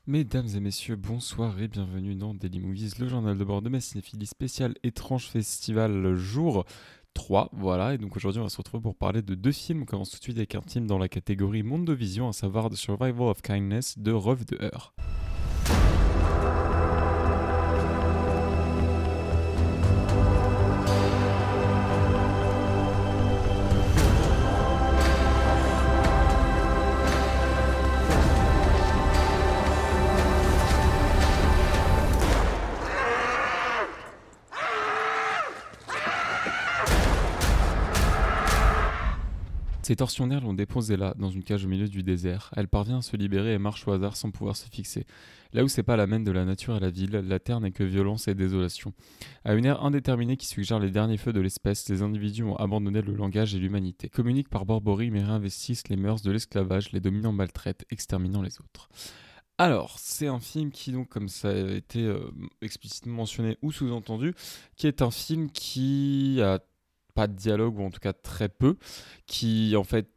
Mesdames et messieurs, bonsoir et bienvenue dans Daily Movies, le journal de bord de ma cinéphilie spéciale étrange festival jour 3. Voilà, et donc aujourd'hui on va se retrouver pour parler de deux films. On commence tout de suite avec un film dans la catégorie Monde de Vision, à savoir The Survival of Kindness de Rove de Heur. Ses tortionnaires l'ont déposée là, dans une cage au milieu du désert. Elle parvient à se libérer et marche au hasard sans pouvoir se fixer. Là où c'est pas la mène de la nature et la ville, la terre n'est que violence et désolation. À une ère indéterminée qui suggère les derniers feux de l'espèce, les individus ont abandonné le langage et l'humanité, communiquent par borborée mais réinvestissent les mœurs de l'esclavage, les dominants maltraitent, exterminant les autres. Alors, c'est un film qui, donc, comme ça a été explicitement mentionné ou sous-entendu, qui est un film qui a pas de dialogue, ou en tout cas très peu, qui en fait,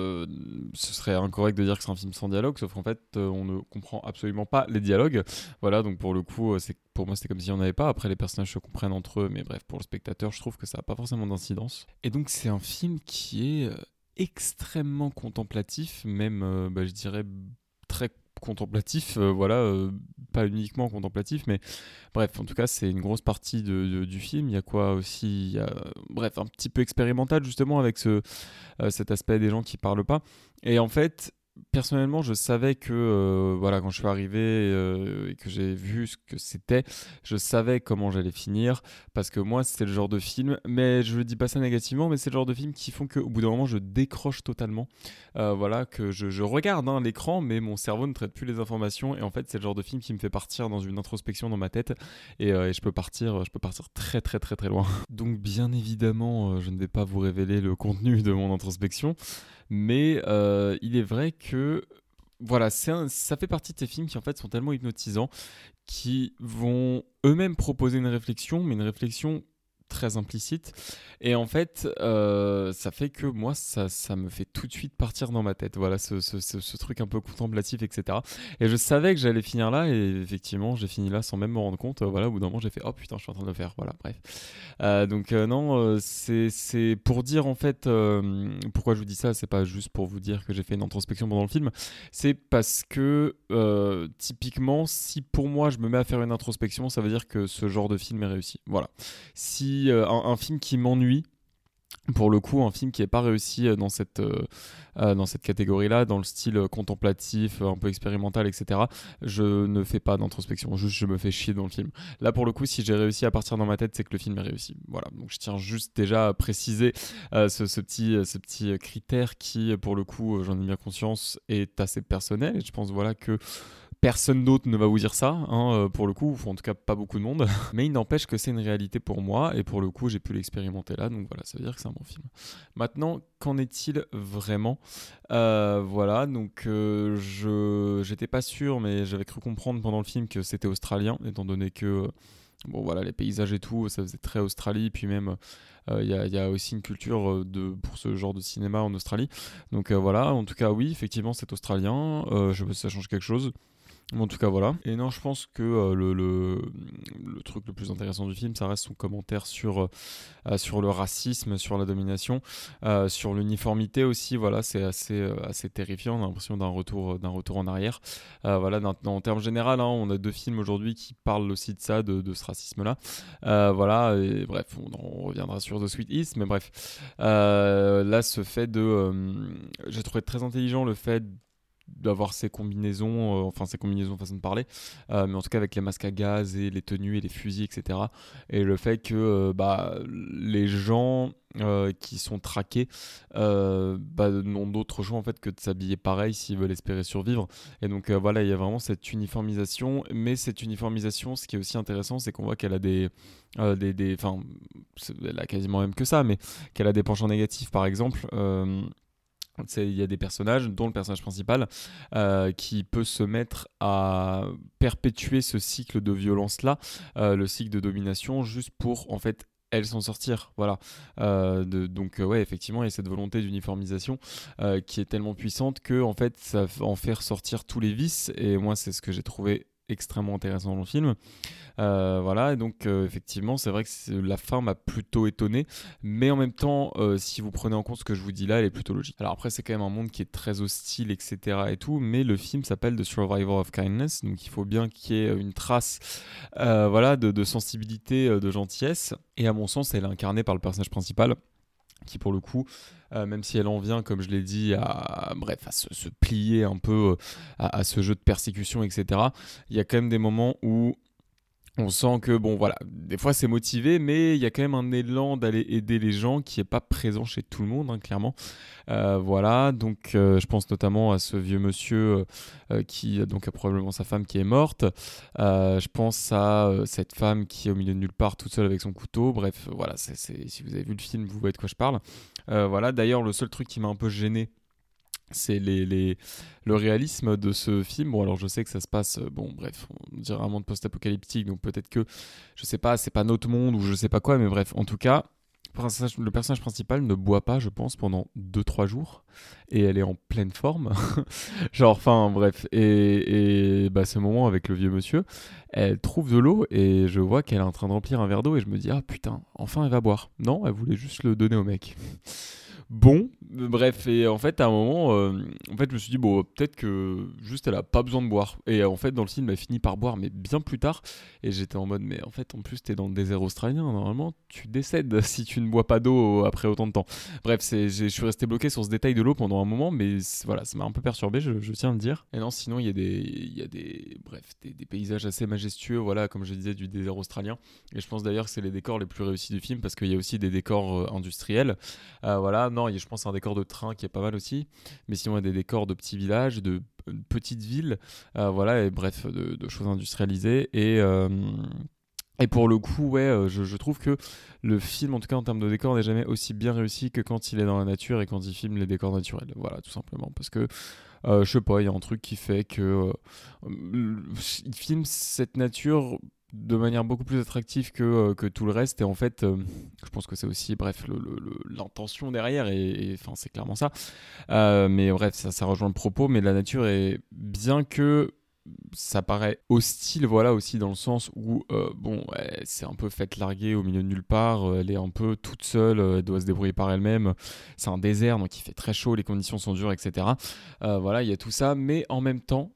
ce serait incorrect de dire que c'est un film sans dialogue, sauf qu'en fait, on ne comprend absolument pas les dialogues. Voilà, donc pour le coup, pour moi, c'était comme s'il n'y en avait pas. Après, les personnages se comprennent entre eux, mais bref, pour le spectateur, je trouve que ça n'a pas forcément d'incidence. Et donc, c'est un film qui est extrêmement contemplatif, même, je dirais, très contemplatif, voilà, pas uniquement contemplatif, mais bref, en tout cas, c'est une grosse partie du film. Il y a quoi aussi, bref, un petit peu expérimental justement avec cet aspect des gens qui parlent pas. Et en fait, personnellement, je savais que, voilà, quand je suis arrivé et que j'ai vu ce que c'était, je savais comment j'allais finir, parce que moi, c'est le genre de film, mais je ne dis pas ça négativement, mais c'est le genre de film qui font qu'au bout d'un moment, je décroche totalement. Voilà, que je regarde l'écran, mais mon cerveau ne traite plus les informations, et en fait, c'est le genre de film qui me fait partir dans une introspection dans ma tête, et je peux partir très très très très loin. Donc, bien évidemment, je ne vais pas vous révéler le contenu de mon introspection, mais il est vrai que voilà, ça fait partie de ces films qui en fait sont tellement hypnotisants, qui vont eux-mêmes proposer une réflexion, mais une réflexion très implicite. Et en fait, ça fait que moi, ça me fait tout de suite partir dans ma tête. Voilà, ce truc un peu contemplatif, etc. Et je savais que j'allais finir là, et effectivement, j'ai fini là sans même me rendre compte. Voilà, au bout d'un moment, j'ai fait, oh putain, je suis en train de le faire. Voilà, bref. Donc non, c'est pour dire en fait pourquoi je vous dis ça, c'est pas juste pour vous dire que j'ai fait une introspection pendant le film, c'est parce que typiquement si pour moi je me mets à faire une introspection, ça veut dire que ce genre de film est réussi. Voilà. Si un film qui m'ennuie, pour le coup, un film qui n'est pas réussi dans cette catégorie-là, dans le style contemplatif, un peu expérimental, etc., je ne fais pas d'introspection, juste je me fais chier dans le film. Là, pour le coup, si j'ai réussi à partir dans ma tête, c'est que le film est réussi. Voilà, donc je tiens juste déjà à préciser ce petit critère qui, pour le coup, j'en ai bien conscience, est assez personnel, et je pense voilà que personne d'autre ne va vous dire ça, pour le coup, ou en tout cas pas beaucoup de monde. Mais il n'empêche que c'est une réalité pour moi, et pour le coup, j'ai pu l'expérimenter là, donc voilà, ça veut dire que c'est un bon film. Maintenant, qu'en est-il vraiment? Voilà, donc j'étais pas sûr, mais j'avais cru comprendre pendant le film que c'était australien, étant donné que bon voilà, les paysages et tout, ça faisait très Australie, puis même il y a aussi une culture pour ce genre de cinéma en Australie. Donc voilà, en tout cas oui, effectivement c'est australien, je sais pas si ça change quelque chose. Mais en tout cas, voilà. Et non, je pense que le truc le plus intéressant du film, ça reste son commentaire sur le racisme, sur la domination, sur l'uniformité aussi. Voilà, c'est assez terrifiant. On a l'impression d'un retour en arrière. Voilà, en termes généraux, on a deux films aujourd'hui qui parlent aussi de ça, de ce racisme-là. Voilà, et bref, on reviendra sur The Sweet East, mais bref. Là, ce fait j'ai trouvé très intelligent le fait d'avoir ces combinaisons, enfin ces combinaisons façon de parler, mais en tout cas avec les masques à gaz et les tenues et les fusils, etc. Et le fait que les gens qui sont traqués n'ont d'autre choix en fait que de s'habiller pareil s'ils veulent espérer survivre. Et donc voilà, il y a vraiment cette uniformisation, mais cette uniformisation, ce qui est aussi intéressant, c'est qu'on voit qu'elle a enfin, elle a quasiment même que ça, mais qu'elle a des penchants négatifs, par exemple. Il y a des personnages, dont le personnage principal, qui peut se mettre à perpétuer ce cycle de violence-là, le cycle de domination, juste pour en fait elle s'en sortir, voilà. Donc ouais, effectivement, il y a cette volonté d'uniformisation qui est tellement puissante que en fait, ça en fait ressortir tous les vices. Et moi, c'est ce que j'ai trouvé extrêmement intéressant dans le film. Voilà, et donc effectivement, c'est vrai que la fin m'a plutôt étonné, mais en même temps, si vous prenez en compte ce que je vous dis là, elle est plutôt logique. Alors après, c'est quand même un monde qui est très hostile, etc. et tout, mais le film s'appelle The Survivor of Kindness, donc il faut bien qu'il y ait une trace, voilà, de sensibilité, de gentillesse, et à mon sens, elle est incarnée par le personnage principal, qui pour le coup, même si elle en vient, comme je l'ai dit, bref, à se plier un peu à ce jeu de persécution, etc., il y a quand même des moments où on sent que, bon, voilà, des fois c'est motivé, mais il y a quand même un élan d'aller aider les gens qui n'est pas présent chez tout le monde, hein, clairement. Voilà, donc je pense notamment à ce vieux monsieur qui donc a probablement sa femme qui est morte. Je pense à cette femme qui est au milieu de nulle part toute seule avec son couteau. Bref, voilà, si vous avez vu le film, vous voyez de quoi je parle. Voilà, d'ailleurs, le seul truc qui m'a un peu gêné, c'est le réalisme de ce film. Bon, alors je sais que ça se passe, bon, bref, on dirait un monde post-apocalyptique, donc peut-être que, je sais pas, c'est pas notre monde ou je sais pas quoi, mais bref, en tout cas, le personnage principal ne boit pas, je pense, pendant 2-3 jours, et elle est en pleine forme. Genre, enfin, bref, et bah, ce moment avec le vieux monsieur, elle trouve de l'eau, et je vois qu'elle est en train de remplir un verre d'eau, et je me dis, ah putain, enfin elle va boire. Non, elle voulait juste le donner au mec. Bon, bref, et en fait, à un moment, en fait, je me suis dit, bon, peut-être que juste elle a pas besoin de boire. Et en fait, dans le film, elle finit par boire, mais bien plus tard. Et j'étais en mode, mais en fait, en plus, t'es dans le désert australien. Normalement, tu décèdes si tu ne bois pas d'eau après autant de temps. Bref, je suis resté bloqué sur ce détail de l'eau pendant un moment, mais voilà, ça m'a un peu perturbé, je tiens à le dire. Et non, sinon, bref, des paysages assez majestueux, voilà, comme je disais, du désert australien. Et je pense d'ailleurs que c'est les décors les plus réussis du film parce qu'il y a aussi des décors industriels. Voilà, non, je pense à un décor de train qui est pas mal aussi, mais sinon il y a des décors de petits villages, de petites villes, voilà, et bref, de choses industrialisées. Et pour le coup, ouais, je trouve que le film, en tout cas en termes de décor, n'est jamais aussi bien réussi que quand il est dans la nature et quand il filme les décors naturels. Voilà, tout simplement. Parce que, je sais pas, il y a un truc qui fait que il filme cette nature de manière beaucoup plus attractive que tout le reste. Et en fait, je pense que c'est aussi, bref, l'intention derrière. Et enfin, c'est clairement ça. Mais bref, ça rejoint le propos. Mais la nature est, bien que ça paraît hostile, voilà, aussi dans le sens où, bon, elle s'est un peu faite larguer au milieu de nulle part, elle est un peu toute seule, elle doit se débrouiller par elle-même, c'est un désert, donc il fait très chaud, les conditions sont dures, etc. Voilà, il y a tout ça, mais en même temps,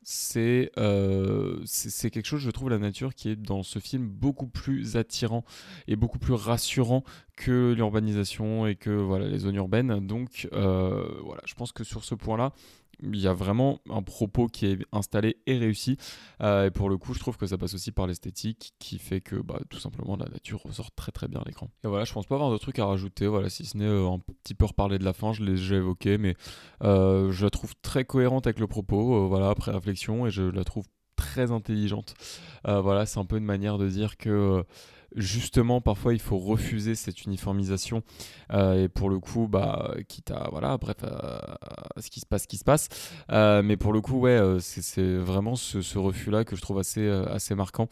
c'est quelque chose, je trouve, la nature, qui est dans ce film beaucoup plus attirant et beaucoup plus rassurant que l'urbanisation et que, voilà, les zones urbaines. Donc, voilà, je pense que sur ce point-là, il y a vraiment un propos qui est installé et réussi. Et pour le coup, je trouve que ça passe aussi par l'esthétique qui fait que, bah, tout simplement, la nature ressort très très bien à l'écran. Et voilà, je pense pas avoir de trucs à rajouter, voilà, si ce n'est un petit peu reparler de la fin, je l'ai déjà évoqué, mais je la trouve très cohérente avec le propos, voilà, après réflexion, et je la trouve très intelligente. Voilà, c'est un peu une manière de dire que justement, parfois, il faut refuser cette uniformisation. Et pour le coup, bah, quitte à, voilà, bref, à ce qui se passe. Mais pour le coup, ouais, c'est vraiment ce refus-là que je trouve assez marquant.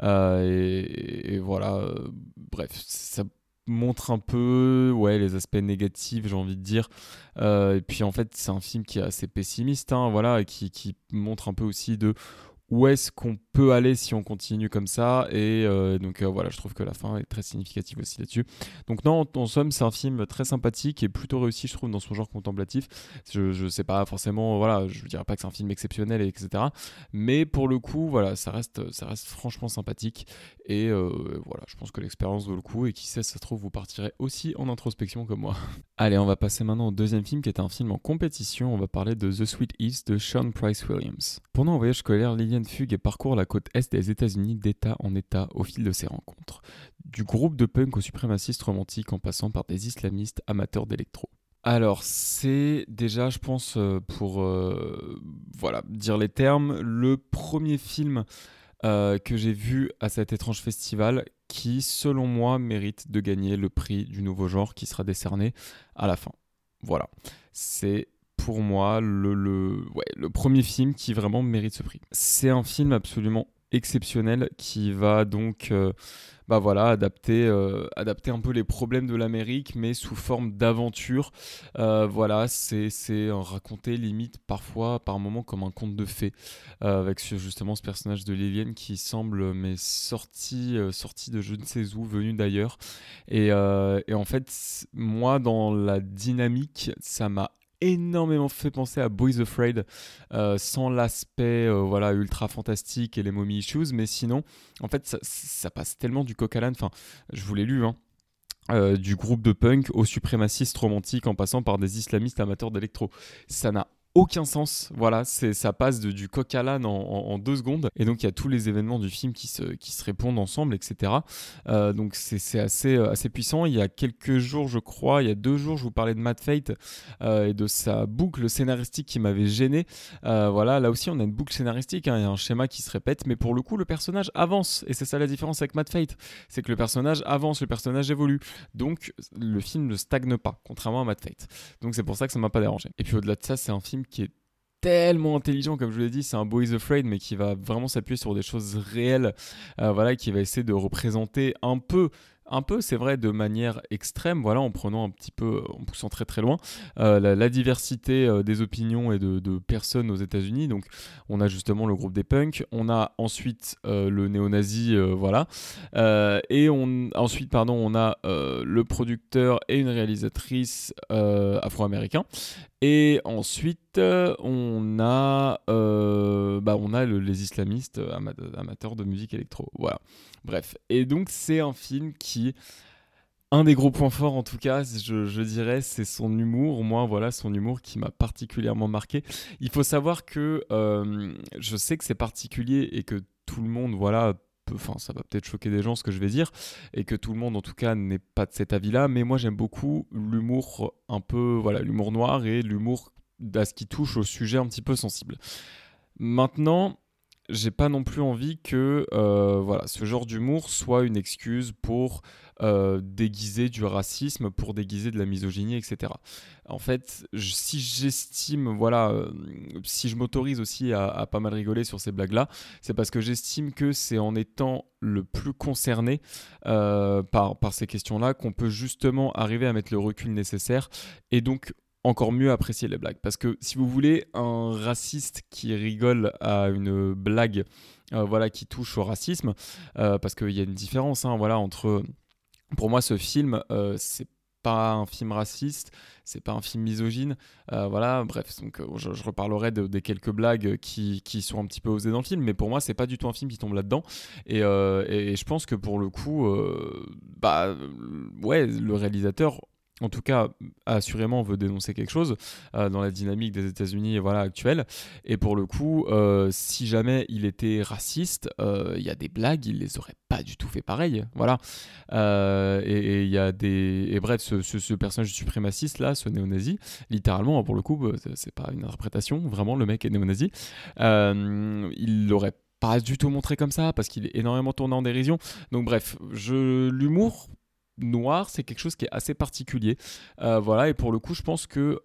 Et voilà, bref, ça montre un peu, ouais, les aspects négatifs, j'ai envie de dire. Et puis en fait, c'est un film qui est assez pessimiste, hein, voilà, et qui montre un peu aussi de où est-ce qu'on peut aller si on continue comme ça. Et donc voilà, je trouve que la fin est très significative aussi là-dessus. Donc non, en somme, c'est un film très sympathique et plutôt réussi, je trouve, dans son genre contemplatif. Je sais pas forcément, voilà, je dirais pas que c'est un film exceptionnel, etc. Mais pour le coup, voilà, ça reste franchement sympathique. Et voilà, je pense que l'expérience vaut le coup, et qui sait, ça se trouve, vous partirez aussi en introspection comme moi. Allez, on va passer maintenant au deuxième film, qui est un film en compétition. On va parler de The Sweet East de Sean Price Williams. Pendant un voyage scolaire, Lillian fugue et parcourt la côte est des États-Unis d'état en état au fil de ses rencontres. Du groupe de punk aux suprémacistes romantiques, en passant par des islamistes amateurs d'électro. Alors, c'est déjà, je pense, pour voilà, dire les termes, le premier film que j'ai vu à cet étrange festival, qui, selon moi, mérite de gagner le prix du nouveau genre qui sera décerné à la fin. Voilà. C'est pour moi le premier film qui vraiment mérite ce prix. C'est un film absolument exceptionnel qui va donc adapter un peu les problèmes de l'Amérique, mais sous forme d'aventure. Voilà, c'est raconté limite parfois, par moments, comme un conte de fées, avec justement ce personnage de Lillian qui semble mais sorti de je ne sais où, venu d'ailleurs. Et en fait, moi, dans la dynamique, ça m'a énormément fait penser à Boys Afraid, sans l'aspect voilà, ultra fantastique et les mommy issues, mais sinon en fait ça passe tellement du coq à l'âne. Enfin, je vous l'ai lu, hein, du groupe de punk aux suprémacistes romantiques en passant par des islamistes amateurs d'électro. Ça n'a aucun sens, voilà, ça passe du coq à l'âne en 2 secondes, et donc il y a tous les événements du film qui se répondent ensemble, etc. Donc c'est assez puissant. Il y a quelques jours, je crois, il y a 2 jours, je vous parlais de Mad Fate et de sa boucle scénaristique qui m'avait gêné. Voilà, là aussi on a une boucle scénaristique, hein, il y a un schéma qui se répète, mais pour le coup le personnage avance, et c'est ça la différence avec Mad Fate, c'est que le personnage avance, le personnage évolue, donc le film ne stagne pas, contrairement à Mad Fate. Donc c'est pour ça que ça m'a pas dérangé. Et puis au-delà de ça, c'est un film qui est tellement intelligent, comme je vous l'ai dit, c'est un Boys Afraid, mais qui va vraiment s'appuyer sur des choses réelles, voilà, qui va essayer de représenter un peu, c'est vrai, de manière extrême, voilà, en prenant un petit peu, en poussant très très loin, la diversité des opinions et de personnes aux États-Unis. Donc, on a justement le groupe des punks, on a ensuite le néo-nazi, voilà, ensuite, pardon, on a le producteur et une réalisatrice afro-américains. Et ensuite, on a les islamistes amateurs de musique électro. Voilà. Bref. Et donc, c'est un film qui, un des gros points forts en tout cas, je dirais, c'est son humour. Moi, voilà, son humour qui m'a particulièrement marqué. Il faut savoir que je sais que c'est particulier et que tout le monde, voilà, enfin, ça va peut-être choquer des gens ce que je vais dire, et que tout le monde en tout cas n'est pas de cet avis-là, mais moi j'aime beaucoup l'humour un peu, voilà, l'humour noir et l'humour à ce qui touche au sujet un petit peu sensible. Maintenant, j'ai pas non plus envie que voilà, ce genre d'humour soit une excuse pour déguiser du racisme, pour déguiser de la misogynie, etc. En fait, si j'estime, voilà, si je m'autorise aussi à pas mal rigoler sur ces blagues-là, c'est parce que j'estime que c'est en étant le plus concerné par ces questions-là qu'on peut justement arriver à mettre le recul nécessaire, et donc encore mieux apprécier les blagues. Parce que si vous voulez, un raciste qui rigole à une blague voilà, qui touche au racisme, parce qu'il y a une différence, hein, voilà, entre... Pour moi, ce film, c'est pas un film raciste, c'est pas un film misogyne, voilà, bref, donc je reparlerai des quelques blagues qui sont un petit peu osées dans le film, mais pour moi, c'est pas du tout un film qui tombe là-dedans, et je pense que pour le coup, ouais, le réalisateur, en tout cas, assurément veut dénoncer quelque chose dans la dynamique des États-Unis, voilà, actuelle. Et pour le coup, si jamais il était raciste, il y a des blagues, il les aurait pas du tout fait pareil, voilà. Et il y a des, et bref, ce personnage suprémaciste là, ce néo-nazi, littéralement, pour le coup, c'est pas une interprétation, vraiment, le mec est néo-nazi. Il l'aurait pas du tout montré comme ça parce qu'il est énormément tourné en dérision. Donc bref, l'humour noir, c'est quelque chose qui est assez particulier. Voilà, et pour le coup, je pense que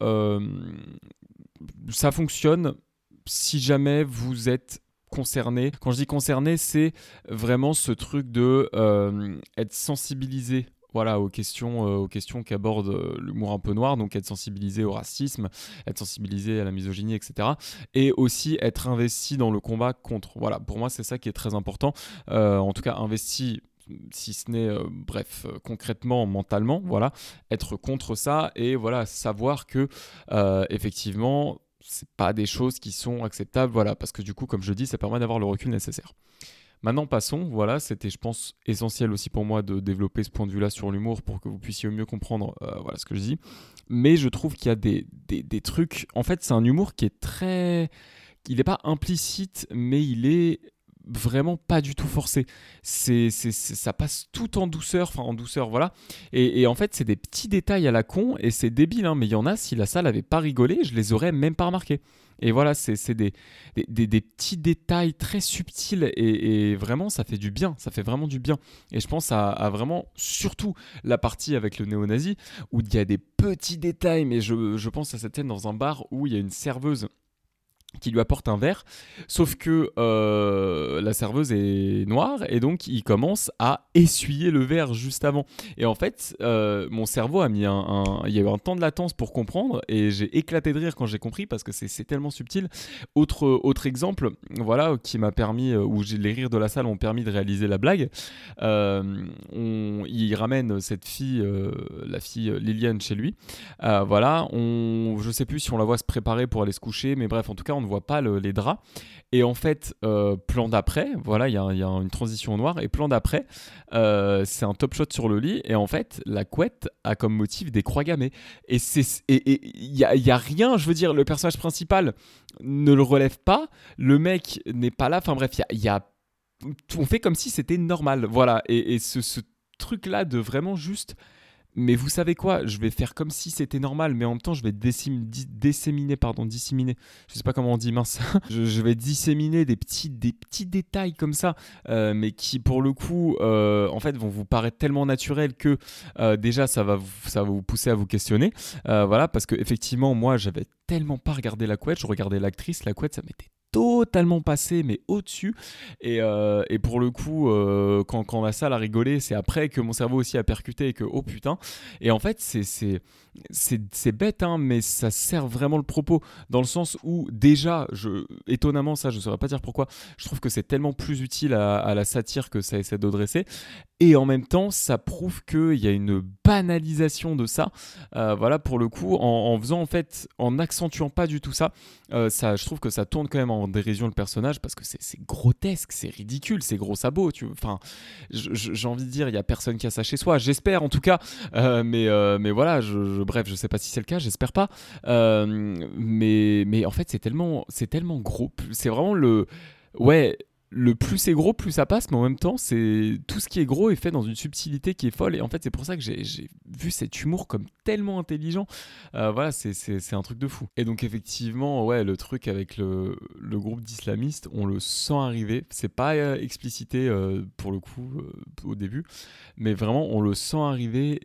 ça fonctionne si jamais vous êtes concerné. Quand je dis concerné, c'est vraiment ce truc de être sensibilisé, voilà, aux questions qu'aborde l'humour un peu noir, donc être sensibilisé au racisme, être sensibilisé à la misogynie, etc. Et aussi être investi dans le combat contre. Voilà, pour moi, c'est ça qui est très important. En tout cas, investi, si ce n'est, concrètement, mentalement, voilà, être contre ça, et voilà, savoir que, effectivement, c'est pas des choses qui sont acceptables, voilà, parce que du coup, comme je dis, ça permet d'avoir le recul nécessaire. Maintenant, passons, voilà, c'était, je pense, essentiel aussi pour moi de développer ce point de vue-là sur l'humour pour que vous puissiez mieux comprendre, voilà, ce que je dis. Mais je trouve qu'il y a des trucs, en fait, c'est un humour qui est très... Il n'est pas implicite, mais il est vraiment pas du tout forcé. Ça passe tout en douceur, enfin en douceur, voilà. Et en fait, c'est des petits détails à la con, et c'est débile, hein, mais il y en a, si la salle avait pas rigolé, je les aurais même pas remarqués. Et voilà, c'est des petits détails très subtils, et vraiment, ça fait du bien, ça fait vraiment du bien. Et je pense à vraiment, surtout la partie avec le néo-nazi, où il y a des petits détails, mais je pense à cette scène dans un bar où il y a une serveuse qui lui apporte un verre, sauf que la serveuse est noire et donc il commence à essuyer le verre juste avant. Et en fait, mon cerveau a mis il y a eu un temps de latence pour comprendre et j'ai éclaté de rire quand j'ai compris parce que c'est tellement subtil. Autre exemple, voilà, qui m'a permis, les rires de la salle ont permis de réaliser la blague. Il ramène cette fille, la fille Liliane chez lui. Voilà, je sais plus si on la voit se préparer pour aller se coucher, mais bref, en tout cas, on ne voit pas les draps. Et en fait, plan d'après, voilà, il y a une transition au noir, et plan d'après, c'est un top shot sur le lit, et en fait, la couette a comme motif des croix gammées. Et il y a rien, je veux dire, le personnage principal ne le relève pas, le mec n'est pas là, enfin bref, on fait comme si c'était normal, voilà. Et ce truc-là de vraiment juste... Mais vous savez quoi, je vais faire comme si c'était normal, mais en même temps, je vais disséminer, je sais pas comment on dit, mince, je vais disséminer des petits détails comme ça, mais qui, pour le coup, en fait, vont vous paraître tellement naturels que, déjà, ça va vous pousser à vous questionner, voilà, parce que effectivement, moi, j'avais tellement pas regardé la couette, je regardais l'actrice, la couette, ça m'était totalement passé mais au-dessus et pour le coup quand la salle a rigolé, c'est après que mon cerveau aussi a percuté et que oh putain. Et en fait c'est bête hein, mais ça sert vraiment le propos dans le sens où déjà étonnamment, ça je saurais pas dire pourquoi, je trouve que c'est tellement plus utile à la satire que ça essaie de dresser, et en même temps ça prouve qu'il y a une banalisation de ça, voilà, pour le coup, en faisant en fait, en accentuant pas du tout ça, je trouve que ça tourne quand même en dérision le personnage parce que c'est grotesque, c'est ridicule, c'est gros sabots, enfin, j'ai envie de dire, il y a personne qui a ça chez soi, j'espère en tout cas, mais voilà, bref, je sais pas si c'est le cas, j'espère pas, mais en fait c'est tellement gros, c'est vraiment ouais, le plus c'est gros, plus ça passe, mais en même temps, c'est tout ce qui est gros est fait dans une subtilité qui est folle. Et en fait, c'est pour ça que j'ai vu cet humour comme tellement intelligent. Voilà, c'est un truc de fou. Et donc, effectivement, ouais, le truc avec le groupe d'islamistes, on le sent arriver. C'est pas explicité pour le coup au début, mais vraiment, on le sent arriver.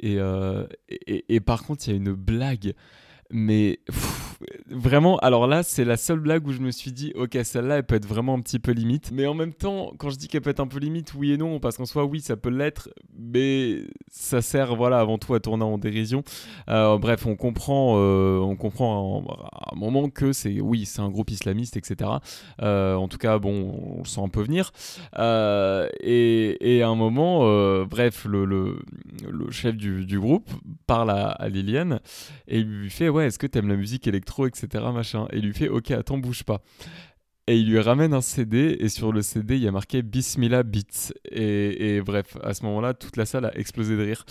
Et par contre, il y a une blague. Mais vraiment, alors là, c'est la seule blague où je me suis dit, ok, celle-là, elle peut être vraiment un petit peu limite. Mais en même temps, quand je dis qu'elle peut être un peu limite, oui et non, parce qu'en soi, oui, ça peut l'être, mais ça sert, voilà, avant tout à tourner en dérision. Bref, on comprend à un moment que oui, c'est un groupe islamiste, etc. En tout cas, bon, on le sent un peu venir. Et à un moment, bref, le chef du groupe parle à Liliane et il lui fait, ouais, est-ce que t'aimes la musique électro, etc. machin. Et il lui fait, ok, attends, bouge pas. Et il lui ramène un CD, et sur le CD, il y a marqué Bismillah Beats. Et bref, à ce moment-là, toute la salle a explosé de rire.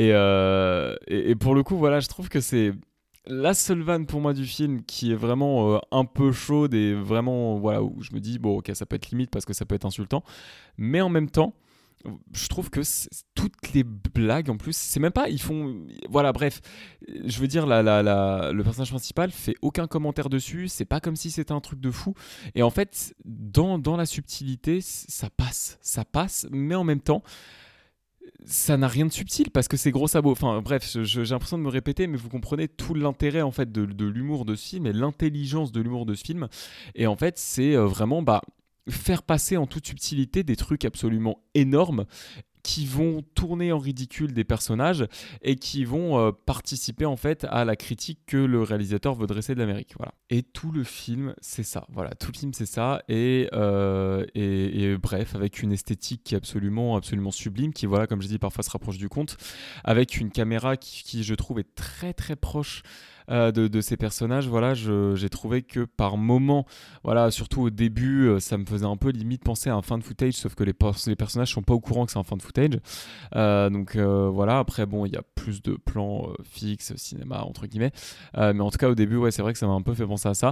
Et pour le coup, voilà, je trouve que c'est la seule vanne pour moi du film qui est vraiment un peu chaude et vraiment, voilà, où je me dis, bon, ok, ça peut être limite parce que ça peut être insultant. Mais en même temps, je trouve que toutes les blagues en plus, c'est même pas, ils font, voilà, bref, je veux dire, le personnage principal fait aucun commentaire dessus, c'est pas comme si c'était un truc de fou, et en fait dans la subtilité ça passe, mais en même temps ça n'a rien de subtil parce que c'est gros sabot. Enfin bref, j'ai l'impression de me répéter, mais vous comprenez tout l'intérêt en fait de l'humour de ce film et l'intelligence de l'humour de ce film. Et en fait, c'est vraiment faire passer en toute subtilité des trucs absolument énormes qui vont tourner en ridicule des personnages et qui vont participer en fait à la critique que le réalisateur veut dresser de l'Amérique. Voilà. Et tout le film, c'est ça. Voilà, tout le film, c'est ça. Et bref, avec une esthétique qui est absolument sublime, qui, voilà, comme je dis, parfois se rapproche du conte, avec une caméra qui je trouve, est très très proche de ces personnages. Voilà, j'ai trouvé que par moments, voilà, surtout au début, ça me faisait un peu limite penser à un fan footage, sauf que les personnages sont pas au courant que c'est un fan footage. Donc voilà, après bon, il y a plus de plans fixes, cinéma entre guillemets, mais en tout cas au début, ouais, c'est vrai que ça m'a un peu fait penser à ça.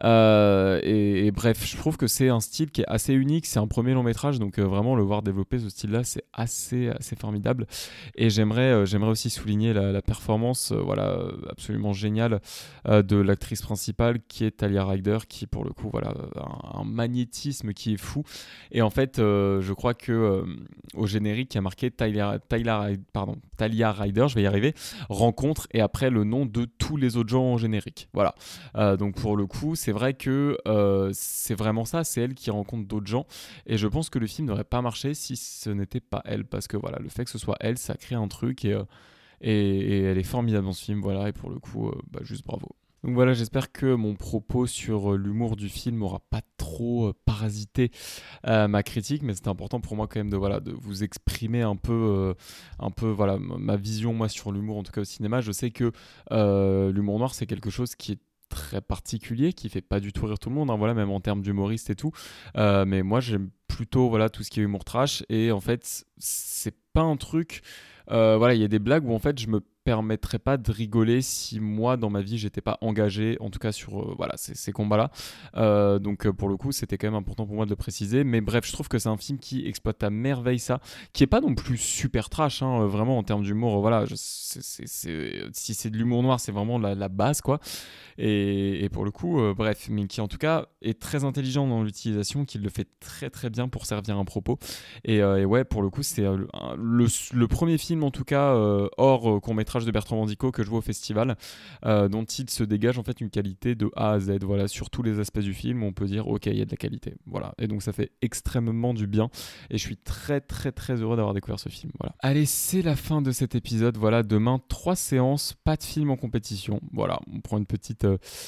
Et bref, je trouve que c'est un style qui est assez unique, c'est un premier long métrage, donc vraiment le voir développer ce style-là, c'est assez formidable. Et j'aimerais aussi souligner la performance, voilà, absolument géniale génial de l'actrice principale qui est Talia Ryder, qui pour le coup voilà un magnétisme qui est fou. Et en fait, je crois que au générique il y a marqué Talia Ryder, je vais y arriver, rencontre, et après le nom de tous les autres gens au générique. Voilà. Donc pour le coup, c'est vrai que c'est vraiment ça, c'est elle qui rencontre d'autres gens. Et je pense que le film n'aurait pas marché si ce n'était pas elle, parce que voilà, le fait que ce soit elle, ça crée un truc, et elle est formidable dans ce film, voilà, et pour le coup, juste bravo. Donc voilà, j'espère que mon propos sur l'humour du film n'aura pas trop parasité ma critique, mais c'était important pour moi quand même de vous exprimer un peu voilà, ma vision moi sur l'humour, en tout cas au cinéma. Je sais que l'humour noir, c'est quelque chose qui est très particulier, qui fait pas du tout rire tout le monde, hein, voilà, même en termes d'humoriste et tout. Mais moi, j'aime plutôt voilà, tout ce qui est humour trash, et en fait, c'est pas un truc... voilà, il y a des blagues où en fait je me permettrais pas de rigoler si moi dans ma vie j'étais pas engagé en tout cas sur voilà ces combats là, donc pour le coup c'était quand même important pour moi de le préciser. Mais bref, je trouve que c'est un film qui exploite à merveille ça, qui est pas non plus super trash, hein, vraiment en termes d'humour, voilà, si c'est de l'humour noir, c'est vraiment la base quoi. Et pour le coup, bref, mais qui en tout cas est très intelligent dans l'utilisation, qui le fait très très bien pour servir un propos. Et ouais, pour le coup, c'est le premier film en tout cas hors court-métrage de Bertrand Mandico que je vois au festival, dont il se dégage en fait une qualité de A à Z. Voilà, sur tous les aspects du film, on peut dire ok, il y a de la qualité. Voilà, et donc ça fait extrêmement du bien. Et je suis très très très heureux d'avoir découvert ce film. Voilà. Allez, c'est la fin de cet épisode. Voilà, demain 3 séances, pas de film en compétition. Voilà, on prend une petite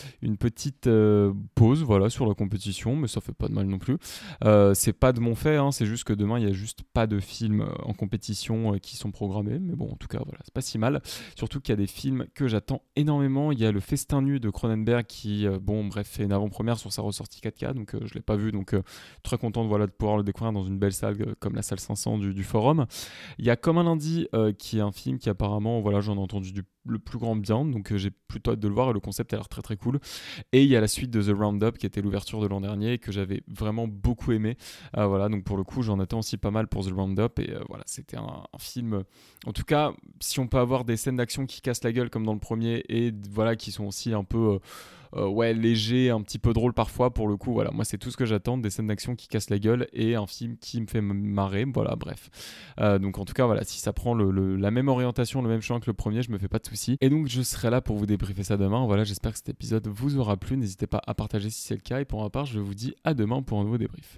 pause voilà sur la compétition, mais ça fait pas de mal non plus. C'est pas de mon fait, hein, c'est juste que demain il y a juste pas de films en compétition qui sont programmés, mais bon, en tout cas voilà, c'est pas si mal. Surtout qu'il y a des films que j'attends énormément. Il y a Le Festin nu de Cronenberg qui fait une avant-première sur sa ressortie 4K, donc je l'ai pas vu, donc très content de pouvoir le découvrir dans une belle salle comme la salle 500 du Forum. Il y a Comme un lundi qui est un film qui apparemment, voilà, j'en ai entendu le plus grand bien, donc j'ai plutôt hâte de le voir, et le concept a l'air très très cool. Et il y a la suite de The Roundup qui était l'ouverture de l'an dernier et que j'avais vraiment beaucoup aimé. Voilà, donc pour le coup j'en attends aussi pas mal pour The Roundup, et voilà, c'était un film, en tout cas si on peut avoir des scènes d'action qui cassent la gueule comme dans le premier, et voilà, qui sont aussi un peu ouais, léger, un petit peu drôle parfois, pour le coup voilà, moi c'est tout ce que j'attends, des scènes d'action qui cassent la gueule et un film qui me fait marrer, voilà, bref. Donc en tout cas voilà, si ça prend la même orientation, le même chemin que le premier, je me fais pas de soucis, et donc je serai là pour vous débriefer ça demain. Voilà, j'espère que cet épisode vous aura plu, n'hésitez pas à partager si c'est le cas, et pour ma part je vous dis à demain pour un nouveau débrief.